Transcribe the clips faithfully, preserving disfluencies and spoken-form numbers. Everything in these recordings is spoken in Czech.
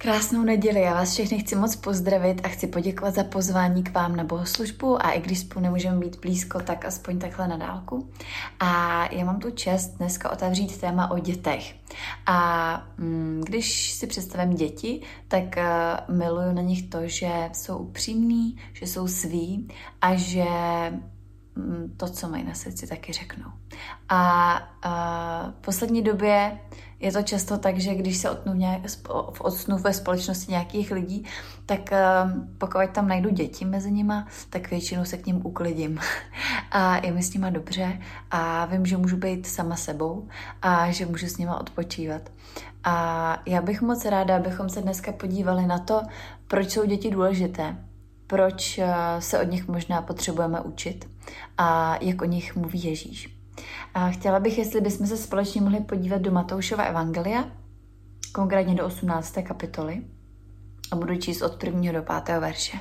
Krásnou neděli, já vás všechny chci moc pozdravit a chci poděkovat za pozvání k vám na bohoslužbu a i když spolu nemůžeme být blízko, tak aspoň takhle na dálku. A já mám tu čest dneska otevřít téma o dětech. A mm, když si představím děti, tak uh, miluju na nich to, že jsou upřímní, že jsou sví a že mm, to, co mají na srdci, taky řeknou. A uh, v poslední době je to často tak, že když se odtnu, nějak, odtnu ve společnosti nějakých lidí, tak pokud tam najdu děti mezi nima, tak většinou se k ním uklidím. A je mi s nima dobře a vím, že můžu být sama sebou a že můžu s nima odpočívat. A já bych moc ráda, abychom se dneska podívali na to, proč jsou děti důležité, proč se od nich možná potřebujeme učit a jak o nich mluví Ježíš. A chtěla bych, jestli bychom se společně mohli podívat do Matoušova evangelia, konkrétně do osmnácté kapitoly, a budu číst od prvního do pátého verše.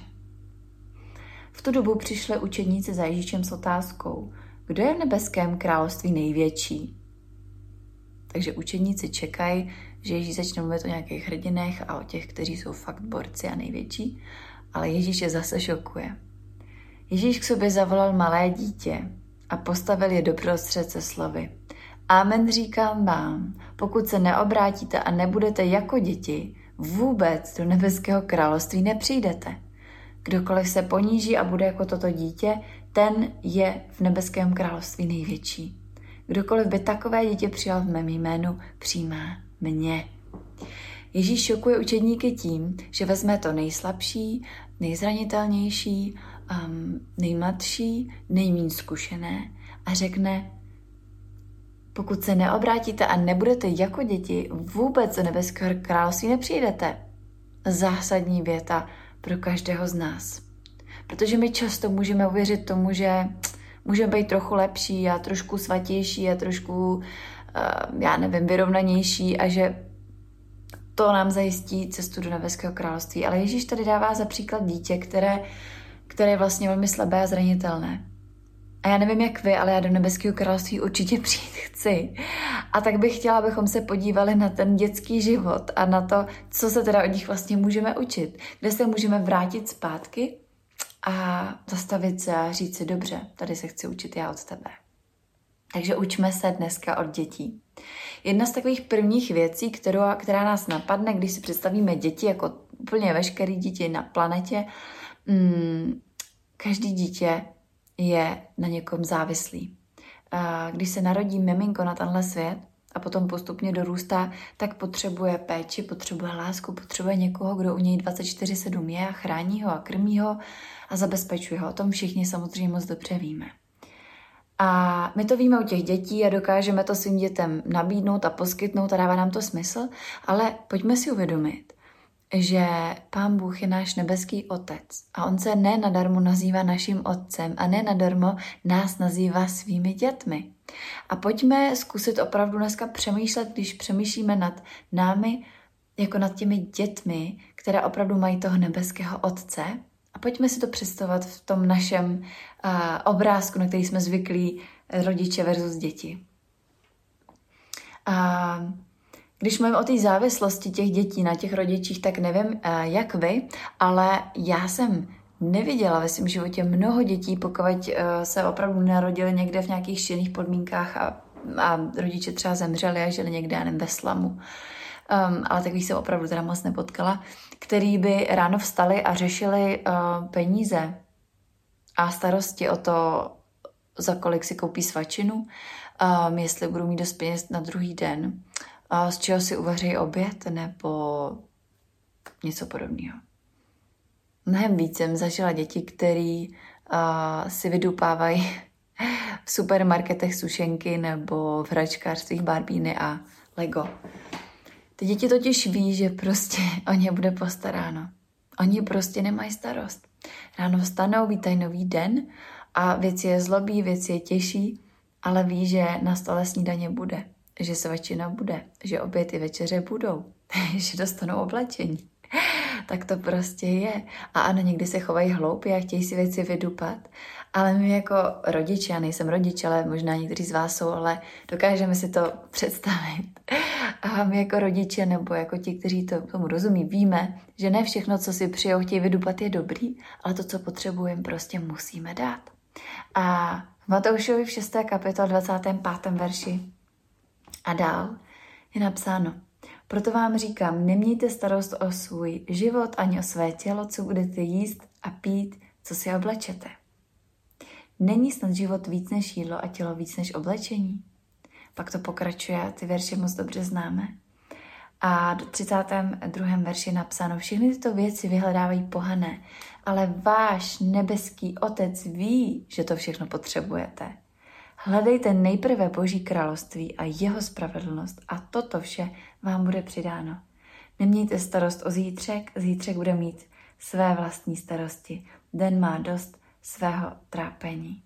V tu dobu přišli učedníci za Ježíšem s otázkou, kdo je v nebeském království největší? Takže učedníci čekají, že Ježíš začne mluvit o nějakých hrdinech a o těch, kteří jsou fakt borci a největší, ale Ježíš je zase šokuje. Ježíš k sobě zavolal malé dítě a postavil je doprostřed se slovy. Amen říkám vám, pokud se neobrátíte a nebudete jako děti, vůbec do nebeského království nepřijdete. Kdokoliv se poníží a bude jako toto dítě, ten je v nebeském království největší. Kdokoliv by takové dítě přijal v mém jménu, přijímá mě. Ježíš šokuje učedníky tím, že vezme to nejslabší, nejzranitelnější, um, nejmladší, nejméně zkušené a řekne, pokud se neobrátíte a nebudete jako děti, vůbec do nebeského království nepřijdete. Zásadní věta pro každého z nás. Protože my často můžeme uvěřit tomu, že můžeme být trochu lepší a trošku svatější a trošku, uh, já nevím, vyrovnanější a že to nám zajistí cestu do nebeského království. Ale Ježíš tady dává za příklad dítě, které, které je vlastně velmi slabé a zranitelné. A já nevím, jak vy, ale já do nebeského království určitě přijít chci. A tak bych chtěla, abychom se podívali na ten dětský život a na to, co se teda od nich vlastně můžeme učit. Kde se můžeme vrátit zpátky a zastavit se a říct si, dobře, tady se chci učit já od tebe. Takže učme se dneska od dětí. Jedna z takových prvních věcí, kterou, která nás napadne, když si představíme děti jako úplně veškerý děti na planetě, hmm, každý dítě je na někom závislý. A když se narodí miminko na tenhle svět a potom postupně dorůstá, tak potřebuje péči, potřebuje lásku, potřebuje někoho, kdo u něj dvacet čtyři sedm je a chrání ho a krmí ho a zabezpečuje ho. O tom všichni samozřejmě moc dobře víme. A my to víme u těch dětí a dokážeme to svým dětem nabídnout a poskytnout a dává nám to smysl, ale pojďme si uvědomit, že Pán Bůh je náš nebeský otec a on se ne nadarmo nazývá naším otcem a ne nadarmo nás nazývá svými dětmi. A pojďme zkusit opravdu dneska přemýšlet, když přemýšlíme nad námi, jako nad těmi dětmi, které opravdu mají toho nebeského otce. A pojďme si to představovat v tom našem uh, obrázku, na který jsme zvyklí rodiče versus děti. A uh, Když mluvím o té závislosti těch dětí na těch rodičích, tak nevím, jak vy, ale já jsem neviděla ve svém životě mnoho dětí, pokud se opravdu narodili někde v nějakých šílených podmínkách a, a rodiče třeba zemřeli a žili někde, já nevím, ve slamu. Um, ale takových jsem opravdu teda moc nepotkala, který by ráno vstali a řešili uh, peníze a starosti o to, za kolik si koupí svačinu, um, jestli budou mít dost peněz na druhý den, a z čeho si uvaří oběd nebo něco podobného. Mnohem víc jsem zažila děti, které uh, si vydupávají v supermarketech sušenky nebo v hračkářstvích Barbíny a Lego. Ty děti totiž ví, že prostě o ně bude postaráno. Oni prostě nemají starost. Ráno vstanou, vítají nový den a věci je zlobí, věci je těší, ale ví, že na stole snídaně bude. Že svačina bude, že oběd i večeře budou, že dostanou oblečení. Tak to prostě je. A ano, někdy se chovají hloupě a chtějí si věci vydupat, ale my jako rodiče, já nejsem rodič, ale možná někteří z vás jsou, ale dokážeme si to představit. A my jako rodiče nebo jako ti, kteří to, tomu rozumí, víme, že ne všechno, co si přijou, chtějí vydupat, je dobrý, ale to, co potřebujeme, prostě musíme dát. A v Matoušovi v šesté kapitole dvacátém pátém verši a dál je napsáno: proto vám říkám, nemějte starost o svůj život ani o své tělo, co budete jíst a pít, co si oblečete. Není snad život víc než jídlo a tělo víc než oblečení? Pak to pokračuje, ty verše moc dobře známe. A do třicátém druhém verši napsáno: všechny tyto věci vyhledávají pohané, ale váš nebeský Otec ví, že to všechno potřebujete. Hledejte nejprve Boží království a jeho spravedlnost a toto vše vám bude přidáno. Nemějte starost o zítřek, zítřek bude mít své vlastní starosti. Den má dost svého trápení.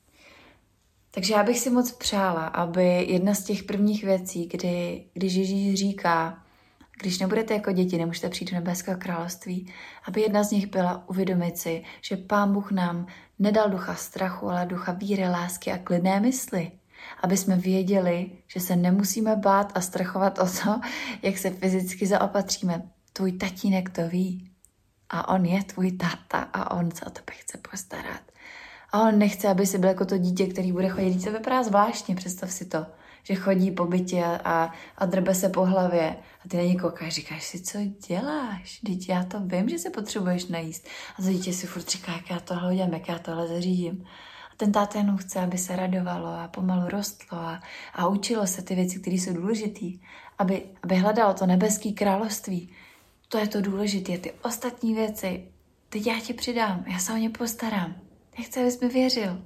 Takže já bych si moc přála, aby jedna z těch prvních věcí, kdy, když Ježíš říká, když nebudete jako děti, nemůžete přijít do nebeského království, aby jedna z nich byla uvědomit si, že Pán Bůh nám nedal ducha strachu, ale ducha víry, lásky a klidné mysli. Aby jsme věděli, že se nemusíme bát a strachovat o to, jak se fyzicky zaopatříme. Tvůj tatínek to ví. A on je tvůj táta a on se o tebe chce postarat. A on nechce, aby jsi byl jako to dítě, který bude chodit. Dítě vypadá zvláštně, představ si to. Že chodí po bytě a, a drbe se po hlavě. A ty na něj koukáš, říkáš si, co děláš? Dítě, já to vím, že se potřebuješ najíst. A to dítě si furt říká, jak já tohle udělám, jak já tohle zařídím. A ten táta jenom chce, aby se radovalo a pomalu rostlo a, a učilo se ty věci, které jsou důležité. Aby, aby hledalo to nebeské království. To je to důležité. Ty ostatní věci, teď já ti přidám, já se o ně postarám. Já chci, abys mi věřil.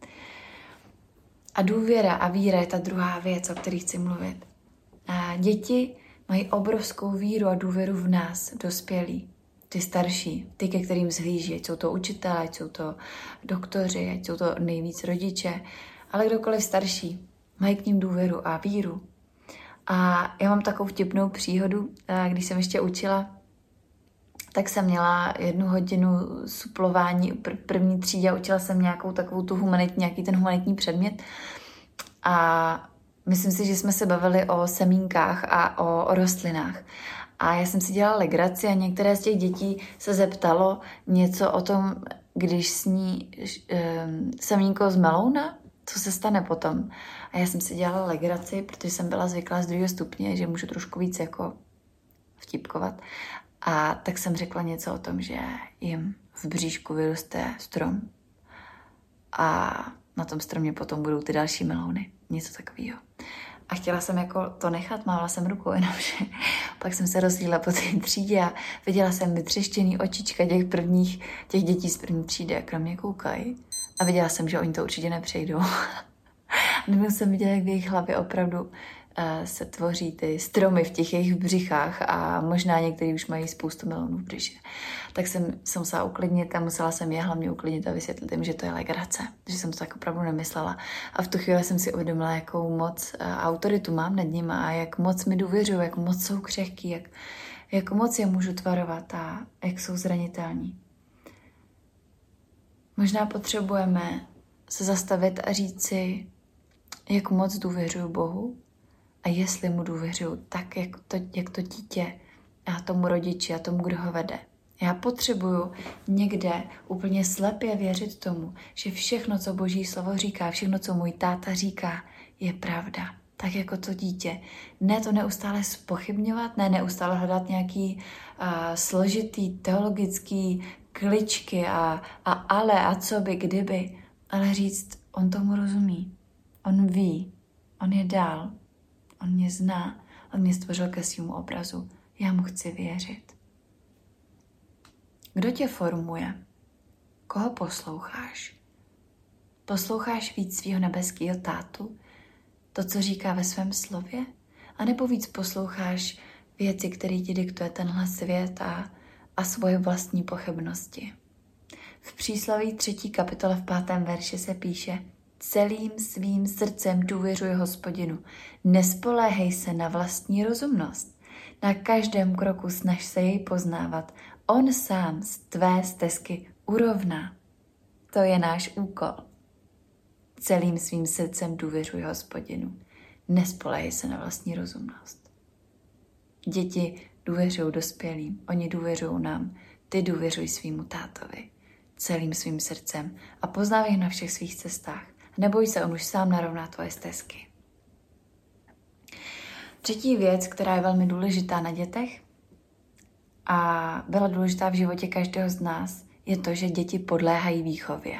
A důvěra a víra je ta druhá věc, o které chci mluvit. A děti mají obrovskou víru a důvěru v nás, dospělí, ty starší, ty, ke kterým zhlíží, ať jsou to učitelé, ať jsou to doktoři, ať jsou to nejvíc rodiče, ale kdokoliv starší, mají k ním důvěru a víru. A já mám takovou vtipnou příhodu, když jsem ještě učila, tak jsem měla jednu hodinu suplování pr- první třídě a učila jsem nějakou takovou tu humanitní, nějaký ten humanitní předmět. A myslím si, že jsme se bavili o semínkách a o, o rostlinách. A já jsem si dělala legraci a některé z těch dětí se zeptalo něco o tom, když sní um, semínko z melouna, co se stane potom. A já jsem si dělala legraci, protože jsem byla zvyklá z druhého stupně, že můžu trošku víc jako vtipkovat. A tak jsem řekla něco o tom, že jim v bříšku vyroste strom a na tom stromě potom budou ty další melouny. Něco takového. A chtěla jsem jako to nechat, mávala jsem rukou, jenomže pak jsem se rozlíla po té třídě a viděla jsem vytřeštěný očička těch prvních, těch dětí z první třídy, jak na mě koukají. A viděla jsem, že oni to určitě nepřejdou. A nebyl jsem viděla, jak v jejich hlavě opravdu se tvoří ty stromy v těch jejich břichách a možná někteří už mají spoustu melonů v břiše. Tak jsem se musela uklidnit a musela jsem je hlavně uklidnit a vysvětlit jim, že to je legrace, že jsem to tak opravdu nemyslela. A v tu chvíli jsem si uvědomila, jakou moc autoritu mám nad nimi a jak moc mi důvěřují, jak moc jsou křehký, jak, jak moc je můžu tvarovat a jak jsou zranitelní. Možná potřebujeme se zastavit a říct si, jak moc důvěřuju Bohu, a jestli mu důvěřuju tak, jak to, jak to dítě a tomu rodiči a tomu, kdo ho vede. Já potřebuju někde úplně slepě věřit tomu, že všechno, co Boží slovo říká, všechno, co můj táta říká, je pravda. Tak jako to dítě. Ne to neustále zpochybňovat, ne neustále hledat nějaký uh, složitý teologický kličky a, a ale a co by, kdyby, ale říct, on tomu rozumí. On ví, on je dál. On mě zná, on mě stvořil ke svému obrazu. Já mu chci věřit. Kdo tě formuje? Koho posloucháš? Posloucháš víc svého nebeského tátu? To, co říká ve svém slově? A nebo víc posloucháš věci, které ti diktuje tenhle svět a, a svoje vlastní pochybnosti? V přísloví třetí kapitole v pátém verši se píše: celým svým srdcem důvěřuj Hospodinu. Nespoléhej se na vlastní rozumnost. Na každém kroku snaž se jej poznávat. On sám z tvé stezky urovná. To je náš úkol. Celým svým srdcem důvěřuj Hospodinu. Nespolehej se na vlastní rozumnost. Děti důvěřují dospělým, oni důvěřují nám. Ty důvěřuj svýmu tátovi celým svým srdcem a poznávej na všech svých cestách. Neboj se, on už sám narovná tvoje stezky. Třetí věc, která je velmi důležitá na dětech a byla důležitá v životě každého z nás, je to, že děti podléhají výchově.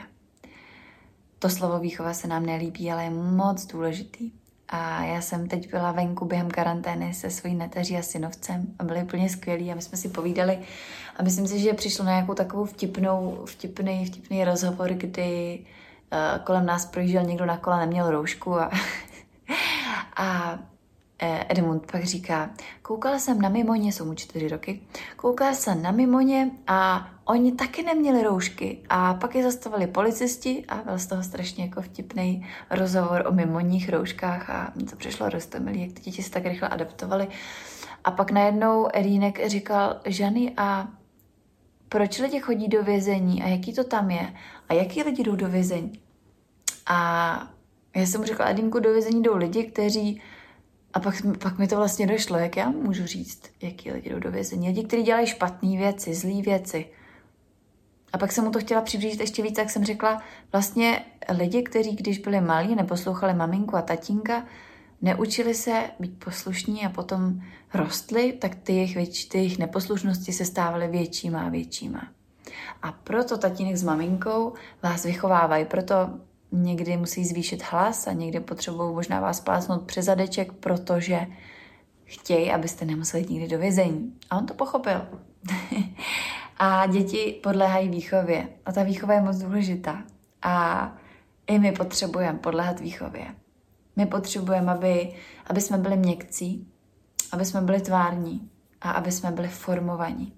To slovo výchova se nám nelíbí, ale je moc důležitý. A já jsem teď byla venku během karantény se svojí neteří a synovcem a byli úplně skvělí a my jsme si povídali a myslím si, že přišlo na nějakou takovou vtipnou, vtipný, vtipný rozhovor, kdy uh, kolem nás projížděl někdo na kole, neměl roušku a, a Edmund pak říká, koukala jsem na Mimoně, jsou mu čtyři roky, koukala jsem na Mimoně a oni taky neměli roušky a pak je zastavili policisti a byl z toho strašně jako vtipný rozhovor o mimoních rouškách a mi to přišlo roztomilý, jak ty děti se tak rychle adaptovali. A pak najednou Erínek říkal, Žany, a proč lidi chodí do vězení a jaký to tam je a jaký lidi jdou do vězení? A já jsem mu řekla, Edínku, do vězení jdou lidi, kteří A pak, pak mi to vlastně došlo, jak já můžu říct, jaký lidi jdou do vězení. Lidi, kteří dělají špatné věci, zlé věci. A pak jsem mu to chtěla přiblížit ještě víc, tak jsem řekla, vlastně lidi, kteří když byli malí, neposlouchali maminku a tatínka, neučili se být poslušní a potom rostli, tak ty jejich, větší, ty jejich neposlušnosti se stávaly většíma a většíma. A proto tatínek s maminkou vás vychovávají, proto někdy musí zvýšit hlas a někdy potřebují možná vás plásnout přes zadeček, protože chtějí, abyste nemuseli jít nikdy do vězení. A on to pochopil. A děti podléhají výchově. A ta výchova je moc důležitá. A i my potřebujeme podléhat výchově. My potřebujeme, aby, aby jsme byli měkcí, aby jsme byli tvární a aby jsme byli formovaní.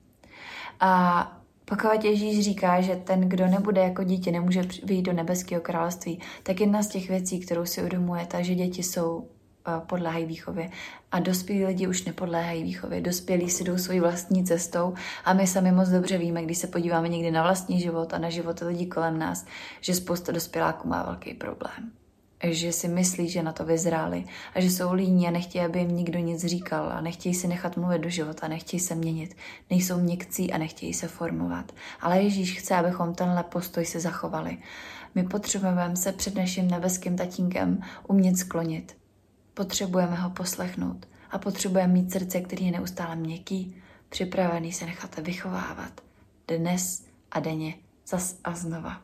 A pokud Ježíš říká, že ten, kdo nebude jako dítě, nemůže vyjít do nebeského království, tak jedna z těch věcí, kterou si uvědomujete, že děti jsou podléhají výchově a dospělí lidi už nepodléhají výchově. Dospělí si jdou svojí vlastní cestou a my sami moc dobře víme, když se podíváme někdy na vlastní život a na životy lidí kolem nás, že spousta dospěláků má velký problém. Že si myslí, že na to vyzráli a že jsou líní a nechtějí, aby jim nikdo nic říkal a nechtějí si nechat mluvit do života, nechtějí se měnit, nejsou měkcí a nechtějí se formovat. Ale Ježíš chce, abychom tenhle postoj se zachovali. My potřebujeme se před naším nebeským tatínkem umět sklonit. Potřebujeme ho poslechnout a potřebujeme mít srdce, který je neustále měkký, připravený se nechat vychovávat dnes a denně, zas a znova.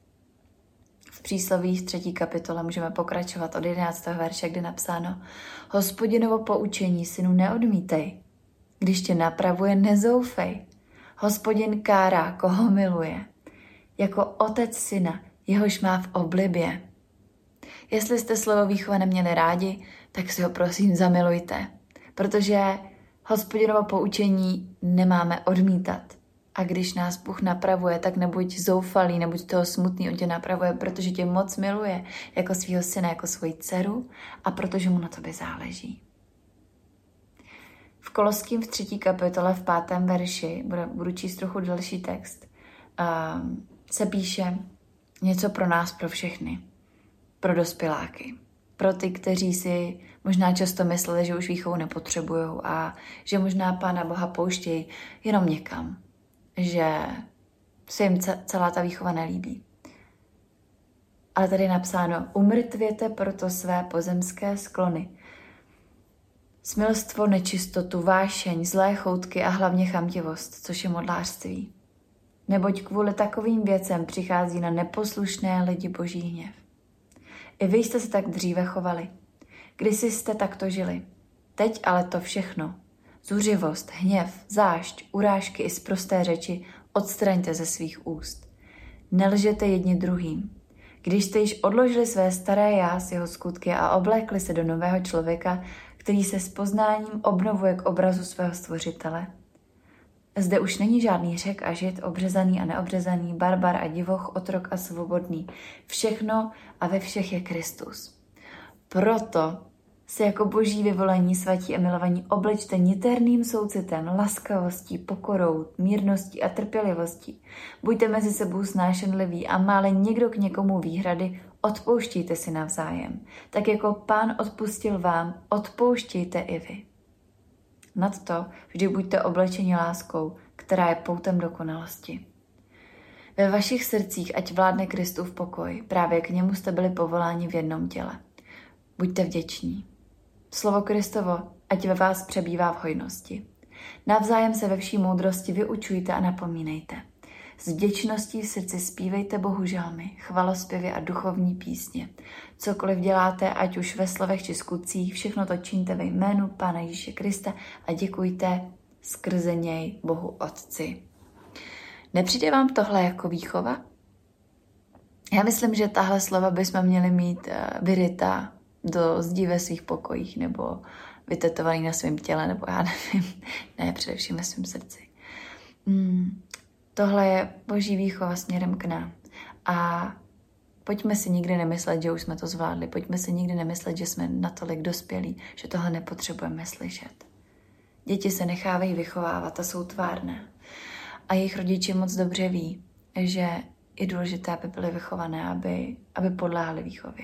V přísloví v třetí kapitole můžeme pokračovat od jedenáctého verše, kde napsáno: Hospodinovo poučení, synu, neodmítej. Když tě napravuje, nezoufej. Hospodin kárá, koho miluje. Jako otec syna, jehož má v oblibě. Jestli jste slovo výchova neměli rádi, tak si ho prosím zamilujte. Protože Hospodinovo poučení nemáme odmítat. A když nás Bůh napravuje, tak nebuď zoufalý, nebuď toho smutný, on tě napravuje, protože tě moc miluje jako svýho syna, jako svoji dceru a protože mu na tobě záleží. V Koloským v třetí kapitole v pátém verši, budu číst trochu další text, um, se píše něco pro nás, pro všechny, pro dospěláky, pro ty, kteří si možná často mysleli, že už výchovu nepotřebujou a že možná Pána Boha pouštějí jenom někam, že se jim celá ta výchova nelíbí. Ale tady je napsáno: umrtvěte proto své pozemské sklony. Smilstvo, nečistotu, vášeň, zlé choutky a hlavně chamtivost, což je modlářství. Neboť kvůli takovým věcem přichází na neposlušné lidi boží hněv. I vy jste se tak dříve chovali. Kdysi jste takto žili. Teď ale to všechno, zuřivost, hněv, zášť, urážky i sprosté řeči odstraňte ze svých úst. Nelžete jedni druhým. Když jste již odložili své staré já s jeho skutky a oblékli se do nového člověka, který se s poznáním obnovuje k obrazu svého stvořitele. Zde už není žádný Řek a Žid, obřezaný a neobřezaný, barbar a divoch, otrok a svobodný. Všechno a ve všech je Kristus. Proto se jako boží vyvolení, svatí a milovaní oblečte niterným soucitem, laskavostí, pokorou, mírností a trpělivostí. Buďte mezi sebou snášenliví a má-li někdo k někomu výhrady, odpouštějte si navzájem. Tak jako Pán odpustil vám, odpouštějte i vy. Nad to vždy buďte oblečeni láskou, která je poutem dokonalosti. Ve vašich srdcích ať vládne Kristův pokoj, právě k němu jste byli povoláni v jednom těle. Buďte vděční. Slovo Kristovo ať ve vás přebývá v hojnosti. Navzájem se ve vší moudrosti vyučujte a napomínejte. S vděčností v srdci zpívejte Bohu žalmy, chvalospěvy a duchovní písně. Cokoliv děláte, ať už ve slovech či skutcích, všechno to čiňte ve jménu Pána Ježíše Krista a děkujte skrze něj Bohu Otci. Nepřijde vám tohle jako výchova? Já myslím, že tahle slova bychom měli mít vyrytá do zdí ve svých pokojích nebo vytetovaný na svém těle, nebo já nevím, ne, především ve svém srdci. Hmm. Tohle je boží výchova směrem k nám. A pojďme si nikdy nemyslet, že už jsme to zvládli. Pojďme si nikdy nemyslet, že jsme natolik dospělí, že tohle nepotřebujeme slyšet. Děti se nechávají vychovávat a jsou tvárné. A jejich rodiče moc dobře ví, že je důležité, aby byly vychované, aby, aby podléhaly výchově.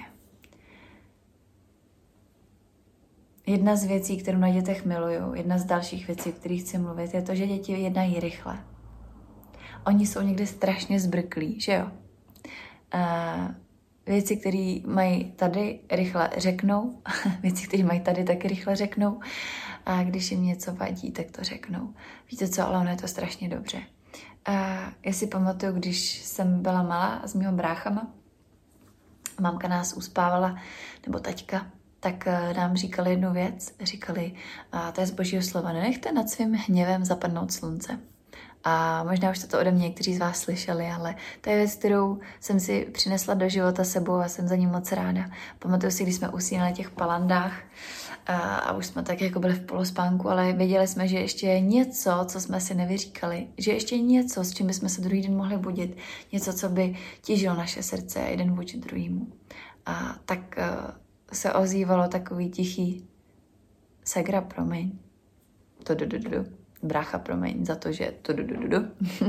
Jedna z věcí, kterou na dětech miluju, jedna z dalších věcí, o kterých chci mluvit, je to, že děti jednají rychle. Oni jsou někdy strašně zbrklí, že jo? Uh, věci, které mají tady, rychle řeknou. Věci, které mají tady, taky rychle řeknou. A když jim něco vadí, tak to řeknou. Víte co, ale ono je to strašně dobře. Uh, já si pamatuju, když jsem byla malá s mýma bráchama, mamka nás uspávala, nebo taťka, tak nám říkali jednu věc. Říkali, a to je z božího slova, nenechte nad svým hněvem zapadnout slunce. A možná už to ode mě někteří z vás slyšeli, ale to je věc, kterou jsem si přinesla do života sebou a jsem za ní moc ráda. Pamatuju si, když jsme usínali na těch palandách a, a už jsme tak jako byli v polospánku, ale věděli jsme, že ještě je něco, co jsme si nevyříkali, že ještě něco, s čím bychom se druhý den mohli budit, něco, co by tížilo naše srdce jeden vůči druhému. A tak uh, se ozývalo takový tichý Segra, promiň. To du, du, du, du. Brácha, promiň za to, že to du, du, du, du.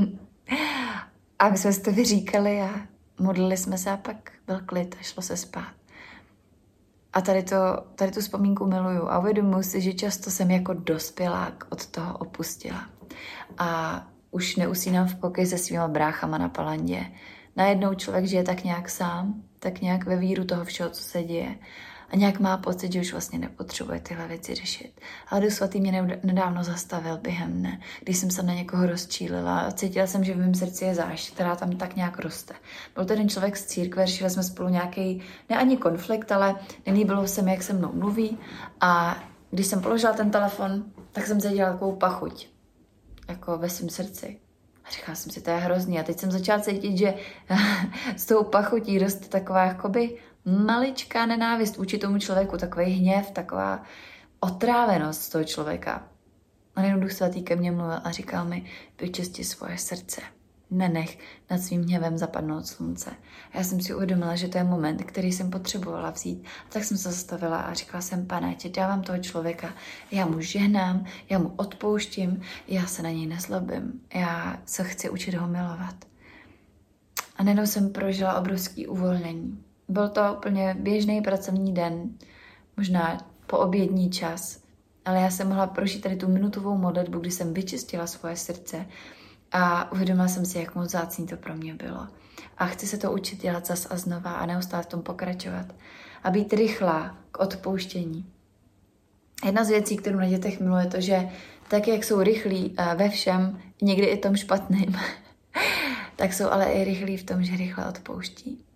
A my jsme si to vyříkali a modlili jsme se a pak byl klid a šlo se spát. A tady, to, tady tu vzpomínku miluju a uvědomuji si, že často jsem jako dospělák od toho opustila. A už neusínám v pokoji se svýma bráchama na palandě. Najednou člověk žije tak nějak sám, tak nějak ve víru toho všeho, co se děje. A nějak má pocit, že už vlastně nepotřebuje tyhle věci řešit. Ale Duch Svatý mě nedávno zastavil během dne, když jsem se na někoho rozčílila a cítila jsem, že v mém srdci je zášť, která tam tak nějak roste. Byl to jeden člověk z církve, řešili jsme spolu nějaký, ne ani konflikt, ale nelíbilo se mi, jak se mnou mluví. A když jsem položila ten telefon, tak jsem cítila takovou pachuť, jako ve svém srdci. A říkala jsem si, to je hrozný. A teď jsem začala cítit, že s tou pachutí roste taková jakoby maličká nenávist vůči tomu člověku, takový hněv, taková otrávenost z toho člověka. A jenom Duch Svatý ke mně mluvil a říkal mi, vyčisti svoje srdce. Nenech nad svým hněvem zapadnout slunce. A já jsem si uvědomila, že to je moment, který jsem potřebovala vzít. A tak jsem se zastavila a říkala jsem, Pane, ti dávám toho člověka, já mu žehnám, já mu odpouštím, já se na něj nezlobím, já se chci učit ho milovat. A najednou jsem prožila obrovský uvolnění. Byl to úplně běžný pracovní den, možná po obědní čas, ale já jsem mohla prožít tady tu minutovou modlitbu, kdy jsem vyčistila svoje srdce a uvědomila jsem si, jak moc vzácný to pro mě bylo. A chci se to učit dělat zas a znova a neustále v tom pokračovat a být rychlá k odpouštění. Jedna z věcí, kterou na dětech miluji, je to, že tak, jak jsou rychlí ve všem, někdy i tom špatným, tak jsou ale i rychlí v tom, že rychle odpouští.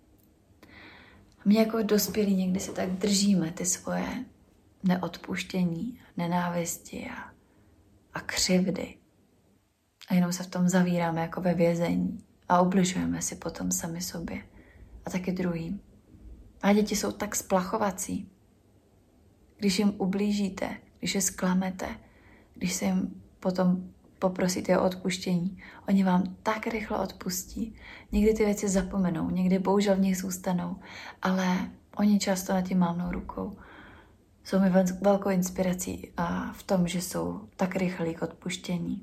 My jako dospělí někdy si tak držíme ty svoje neodpuštění, nenávisti a, a křivdy. A jenom se v tom zavíráme jako ve vězení a ubližujeme si potom sami sobě a taky druhým. A děti jsou tak splachovací. Když jim ublížíte, když je zklamete, když se jim potom poprosíte o odpuštění, oni vám tak rychle odpustí. Někdy ty věci zapomenou, někdy bohužel v nich zůstanou, ale oni často na tím mávnou rukou. Jsou mi velkou inspirací a v tom, že jsou tak rychlí k odpuštění.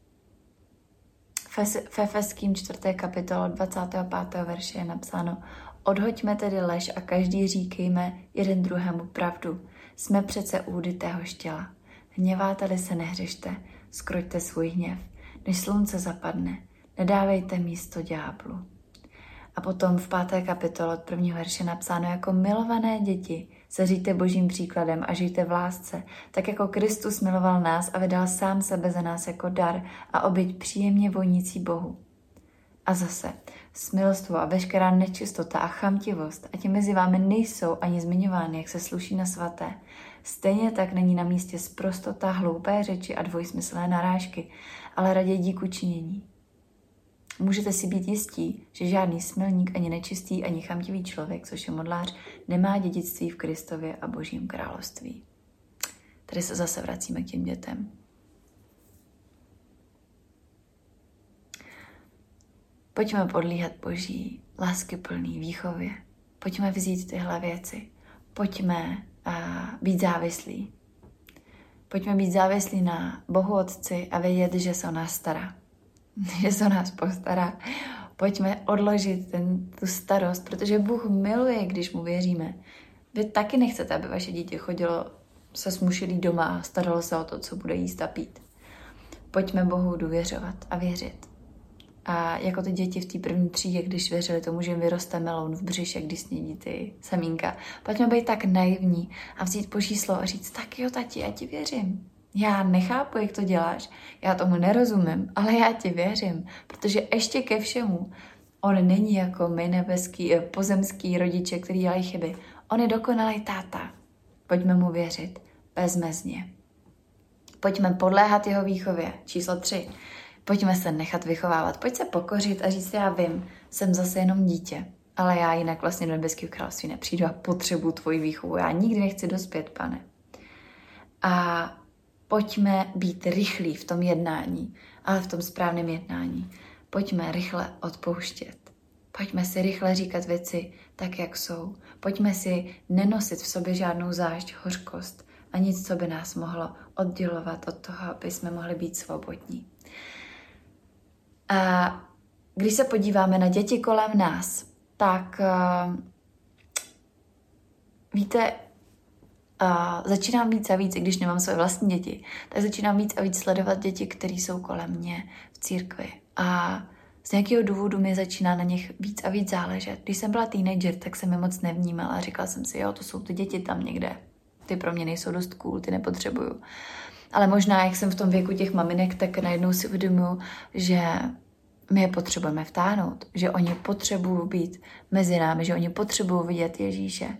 V Efeským čtvrté kapitole dvacátého pátého verše je napsáno: Odhoďme tedy lež a každý říkejme jeden druhému pravdu. Jsme přece údy téhož těla. Hněváte-li se, nehřešte, skroťte svůj hněv. Než slunce zapadne, nedávejte místo ďáblu. A potom v páté kapitole od prvního verše napsáno: Jako milované děti se říjte božím příkladem a žijte v lásce, tak jako Kristus miloval nás a vydal sám sebe za nás jako dar a oběť příjemně vonící Bohu. A zase, smilstvo a veškerá nečistota a chamtivost, ať mezi vámi nejsou ani zmiňovány, jak se sluší na svaté. Stejně tak není na místě sprostota, hloupé řeči a dvojsmyslné narážky, ale raději díku činění. Můžete si být jistí, že žádný smilník, ani nečistý, ani chamtivý člověk, což je modlář, nemá dědictví v Kristově a Božím království. Tady se zase vracíme k těm dětem. Pojďme podlíhat Boží láskyplný výchově. Pojďme vzít tyhle věci. Pojďme uh, být závislí. Pojďme být závislí na Bohu Otci a vědět, že se o nás stará. Že se o nás postará. Pojďme odložit ten, tu starost, protože Bůh miluje, když mu věříme. Vy taky nechcete, aby vaše dítě chodilo se smušilý doma a staralo se o to, co bude jíst a pít. Pojďme Bohu důvěřovat a věřit. A jako ty děti v té první třídě, když věřili tomu, že jim vyroste meloun v břiše, když snědí ty semínka. Pojďme být tak naivní a vzít Boží slovo a říct: tak jo, tati, já ti věřím. Já nechápu, jak to děláš, já tomu nerozumím, ale já ti věřím, protože ještě ke všemu on není jako my nebeský, pozemský rodiče, který dělají chyby. On je dokonalý táta. Pojďme mu věřit bezmezně. Pojďme podléhat jeho výchově. Číslo tři. Pojďme se nechat vychovávat. Pojď se pokořit a říct: já vím, jsem zase jenom dítě, ale já jinak vlastně do nebeského království nepřijdu a potřebuji tvoji výchovu. Já nikdy nechci dospět, Pane. A pojďme být rychlí v tom jednání, ale v tom správném jednání. Pojďme rychle odpouštět. Pojďme si rychle říkat věci tak, jak jsou. Pojďme si nenosit v sobě žádnou zášť, hořkost a nic, co by nás mohlo oddělovat od toho, aby jsme mohli být svobodní. A když se podíváme na děti kolem nás, tak uh, víte, uh, začínám víc a víc, i když nemám své vlastní děti, tak začínám víc a víc sledovat děti, které jsou kolem mě v církvi. A z nějakého důvodu mi začíná na nich víc a víc záležet. Když jsem byla teenager, tak jsem je moc nevnímala a říkala jsem si: jo, to jsou ty děti tam někde. Ty pro mě nejsou dost cool, ty nepotřebuju. Ale možná, jak jsem v tom věku těch maminek, tak najednou si uvědomuji, že my je potřebujeme vtáhnout, že oni potřebují být mezi námi, že oni potřebují vidět Ježíše.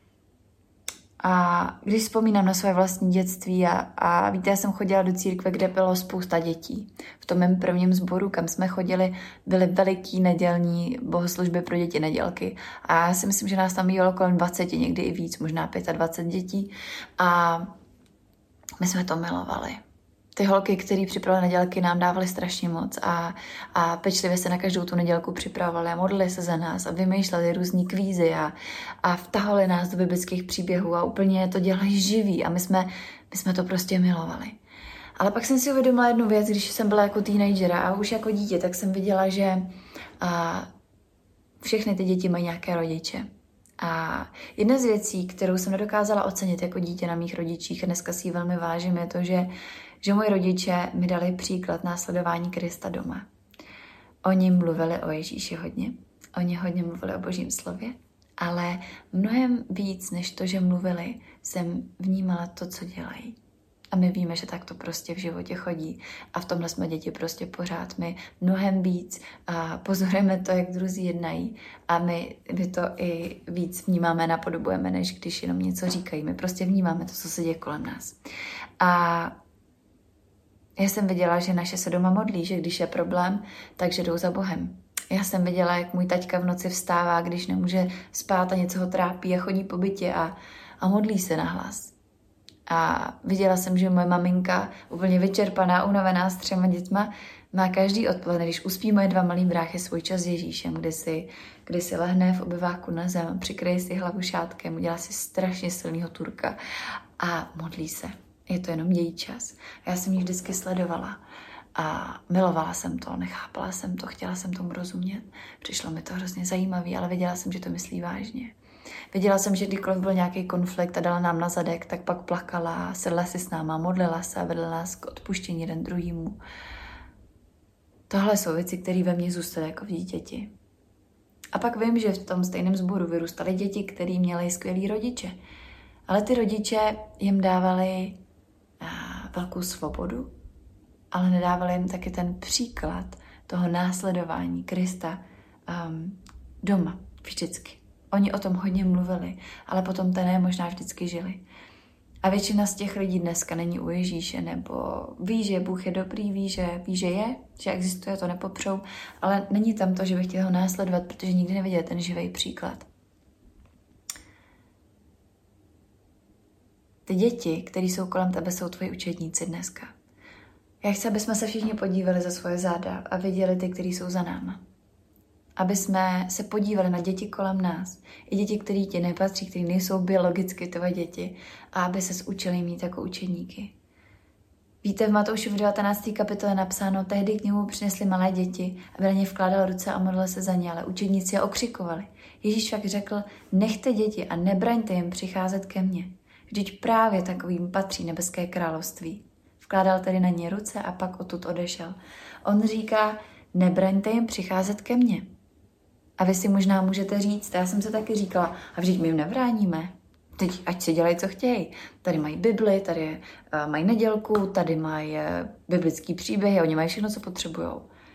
A když vzpomínám na své vlastní dětství a, a víte, já jsem chodila do církve, kde bylo spousta dětí. V tom mém prvním sboru, kam jsme chodili, byly veliký nedělní bohoslužby pro děti, nedělky. A já si myslím, že nás tam bylo kolem dvacet, někdy i víc, možná dvacet pět dětí. A my jsme to milovali. Ty holky, které připravily nedělky, nám dávaly strašně moc a, a pečlivě se na každou tu nedělku připravovali a modlili se za nás a vymýšleli různý kvízy a, a vtahovali nás do biblických příběhů a úplně to dělali živý a my jsme, my jsme to prostě milovali. Ale pak jsem si uvědomila jednu věc, když jsem byla jako teenagera a už jako dítě, tak jsem viděla, že a, všechny ty děti mají nějaké rodiče. A jedna z věcí, kterou jsem nedokázala ocenit jako dítě na mých rodičích a dneska si ji velmi vážím, je to, že, že moji rodiče mi dali příklad následování Krista doma. Oni mluvili o Ježíši hodně, oni hodně mluvili o Božím slově, ale mnohem víc než to, že mluvili, jsem vnímala to, co dělají. A my víme, že tak to prostě v životě chodí. A v tomhle jsme děti prostě pořád. My mnohem víc a pozorujeme to, jak druzí jednají. A my, my to i víc vnímáme, napodobujeme, než když jenom něco říkají. My prostě vnímáme to, co se děje kolem nás. A já jsem viděla, že naše se doma modlí, že když je problém, takže jdou za Bohem. Já jsem viděla, jak můj taťka v noci vstává, když nemůže spát a něco ho trápí a chodí po bytě a, a modlí se nahlas. A viděla jsem, že moje maminka, úplně vyčerpaná, unavená s třema dětma, má každý odpoledne, když uspí moje dva malý bráchy, svůj čas s Ježíšem, kdy si, kdy si lehne v obyváku na zem, přikryje si hlavu šátkem, udělá si strašně silného turka a modlí se. Je to jenom její čas. Já jsem ji vždycky sledovala a milovala jsem to, nechápala jsem to, chtěla jsem tomu rozumět. Přišlo mi to hrozně zajímavé, ale věděla jsem, že to myslí vážně. Věděla jsem, že kdykoliv byl nějaký konflikt a dala nám na zadek, tak pak plakala, sedla si s náma, modlila se a vedla nás k odpuštění jeden druhýmu. Tohle jsou věci, které ve mně zůstaly jako v dítěti. A pak vím, že v tom stejném sboru vyrůstaly děti, které měly skvělý rodiče. Ale ty rodiče jim dávali velkou svobodu, ale nedávali jim taky ten příklad toho následování Krista um, doma, vždycky. Oni o tom hodně mluvili, ale potom to ne možná vždycky žili. A většina z těch lidí dneska není u Ježíše, nebo ví, že Bůh je dobrý, ví, že, ví, že je, že existuje, to nepopřou, ale není tam to, že by chtěl ho následovat, protože nikdy neviděl ten živý příklad. Ty děti, které jsou kolem tebe, jsou tvoji učedníci dneska. Já chci, aby jsme se všichni podívali za svoje záda a viděli ty, kteří jsou za náma. Aby jsme se podívali na děti kolem nás, i děti, které ti nepatří, které nejsou biologicky tvoje děti, a aby se učili mít jako učedníky. Víte, v Matouši v devatenácté kapitole napsáno, tehdy k němu přinesli malé děti, aby na ně vkládal ruce a modlil se za ně, ale učedníci je okřikovali. Ježíš však řekl, nechte děti a nebraňte jim přicházet ke mně. Vždyť právě takovým patří nebeské království. Vkládal tedy na ně ruce a pak odtud odešel. On říká, nebraňte jim přicházet ke mně. A vy si možná můžete říct, já jsem se taky říkala, a vždyť my jim nebráníme. Teď ať si dělají, co chtějí. Tady mají Bibli, tady uh, mají nedělku, tady mají uh, biblický příběhy, oni mají všechno, co potřebují.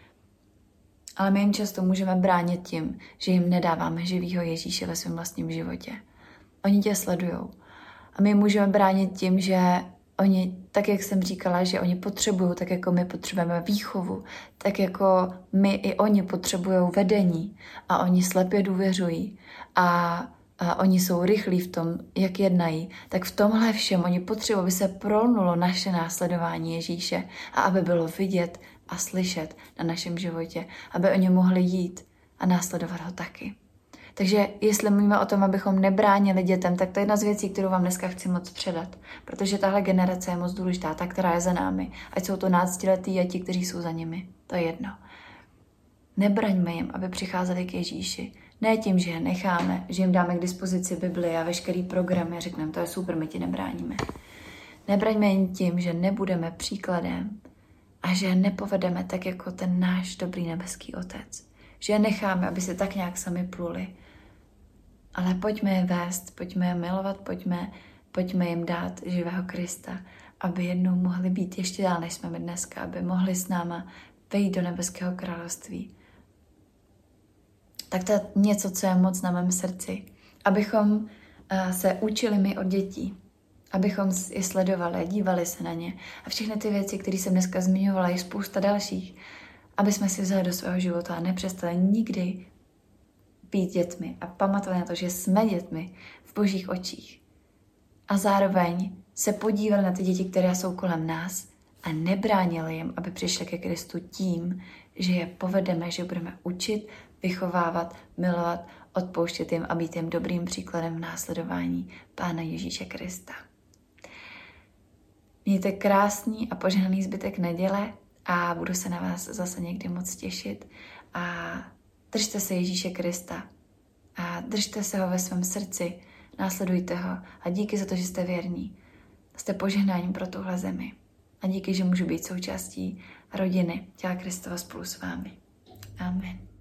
Ale my jim často můžeme bránit tím, že jim nedáváme živýho Ježíše ve svém vlastním životě. Oni tě sledujou. A my můžeme bránit tím, že oni, tak jak jsem říkala, že oni potřebují, tak jako my potřebujeme výchovu, tak jako my i oni potřebují vedení a oni slepě důvěřují a, a oni jsou rychlí v tom, jak jednají, tak v tomhle všem oni potřebují, aby se prolnulo naše následování Ježíše a aby bylo vidět a slyšet na našem životě, aby oni mohli jít a následovat ho taky. Takže jestli mluvíme o tom, abychom nebránili dětem, tak to je jedna z věcí, kterou vám dneska chci moc předat. Protože tahle generace je moc důležitá, ta, která je za námi. Ať jsou to náctiletí a ti, kteří jsou za nimi. To je jedno. Nebraňme jim, aby přicházeli k Ježíši. Ne tím, že je necháme, že jim dáme k dispozici Bibli a veškerý programy a řekneme, to je super, my ti nebráníme. Nebraňme jim tím, že nebudeme příkladem a že nepovedeme tak jako ten náš dobrý nebeský Otec. Že je necháme, aby se tak nějak sami pluli. Ale pojďme je vést, pojďme je milovat, pojďme, pojďme jim dát živého Krista, aby jednou mohli být ještě dál, než jsme my dneska, aby mohli s náma vejít do nebeského království. Tak to je něco, co je moc na mém srdci. Abychom se učili my od dětí, abychom je sledovali, dívali se na ně. A všechny ty věci, které jsem dneska zmiňovala, je spousta dalších, aby jsme si vzali do svého života a nepřestali nikdy být dětmi a pamatovali na to, že jsme dětmi v Božích očích. A zároveň se podívali na ty děti, které jsou kolem nás a nebránili jim, aby přišli ke Kristu tím, že je povedeme, že budeme učit, vychovávat, milovat, odpouštět jim a být jim dobrým příkladem v následování Pána Ježíše Krista. Mějte krásný a požehnaný zbytek neděle a budu se na vás zase někdy moc těšit. A držte se Ježíše Krista a držte se ho ve svém srdci, následujte ho a díky za to, že jste věrní. Jste požehnáním pro tuhle zemi a díky, že můžu být součástí rodiny těla Kristova spolu s vámi. Amen.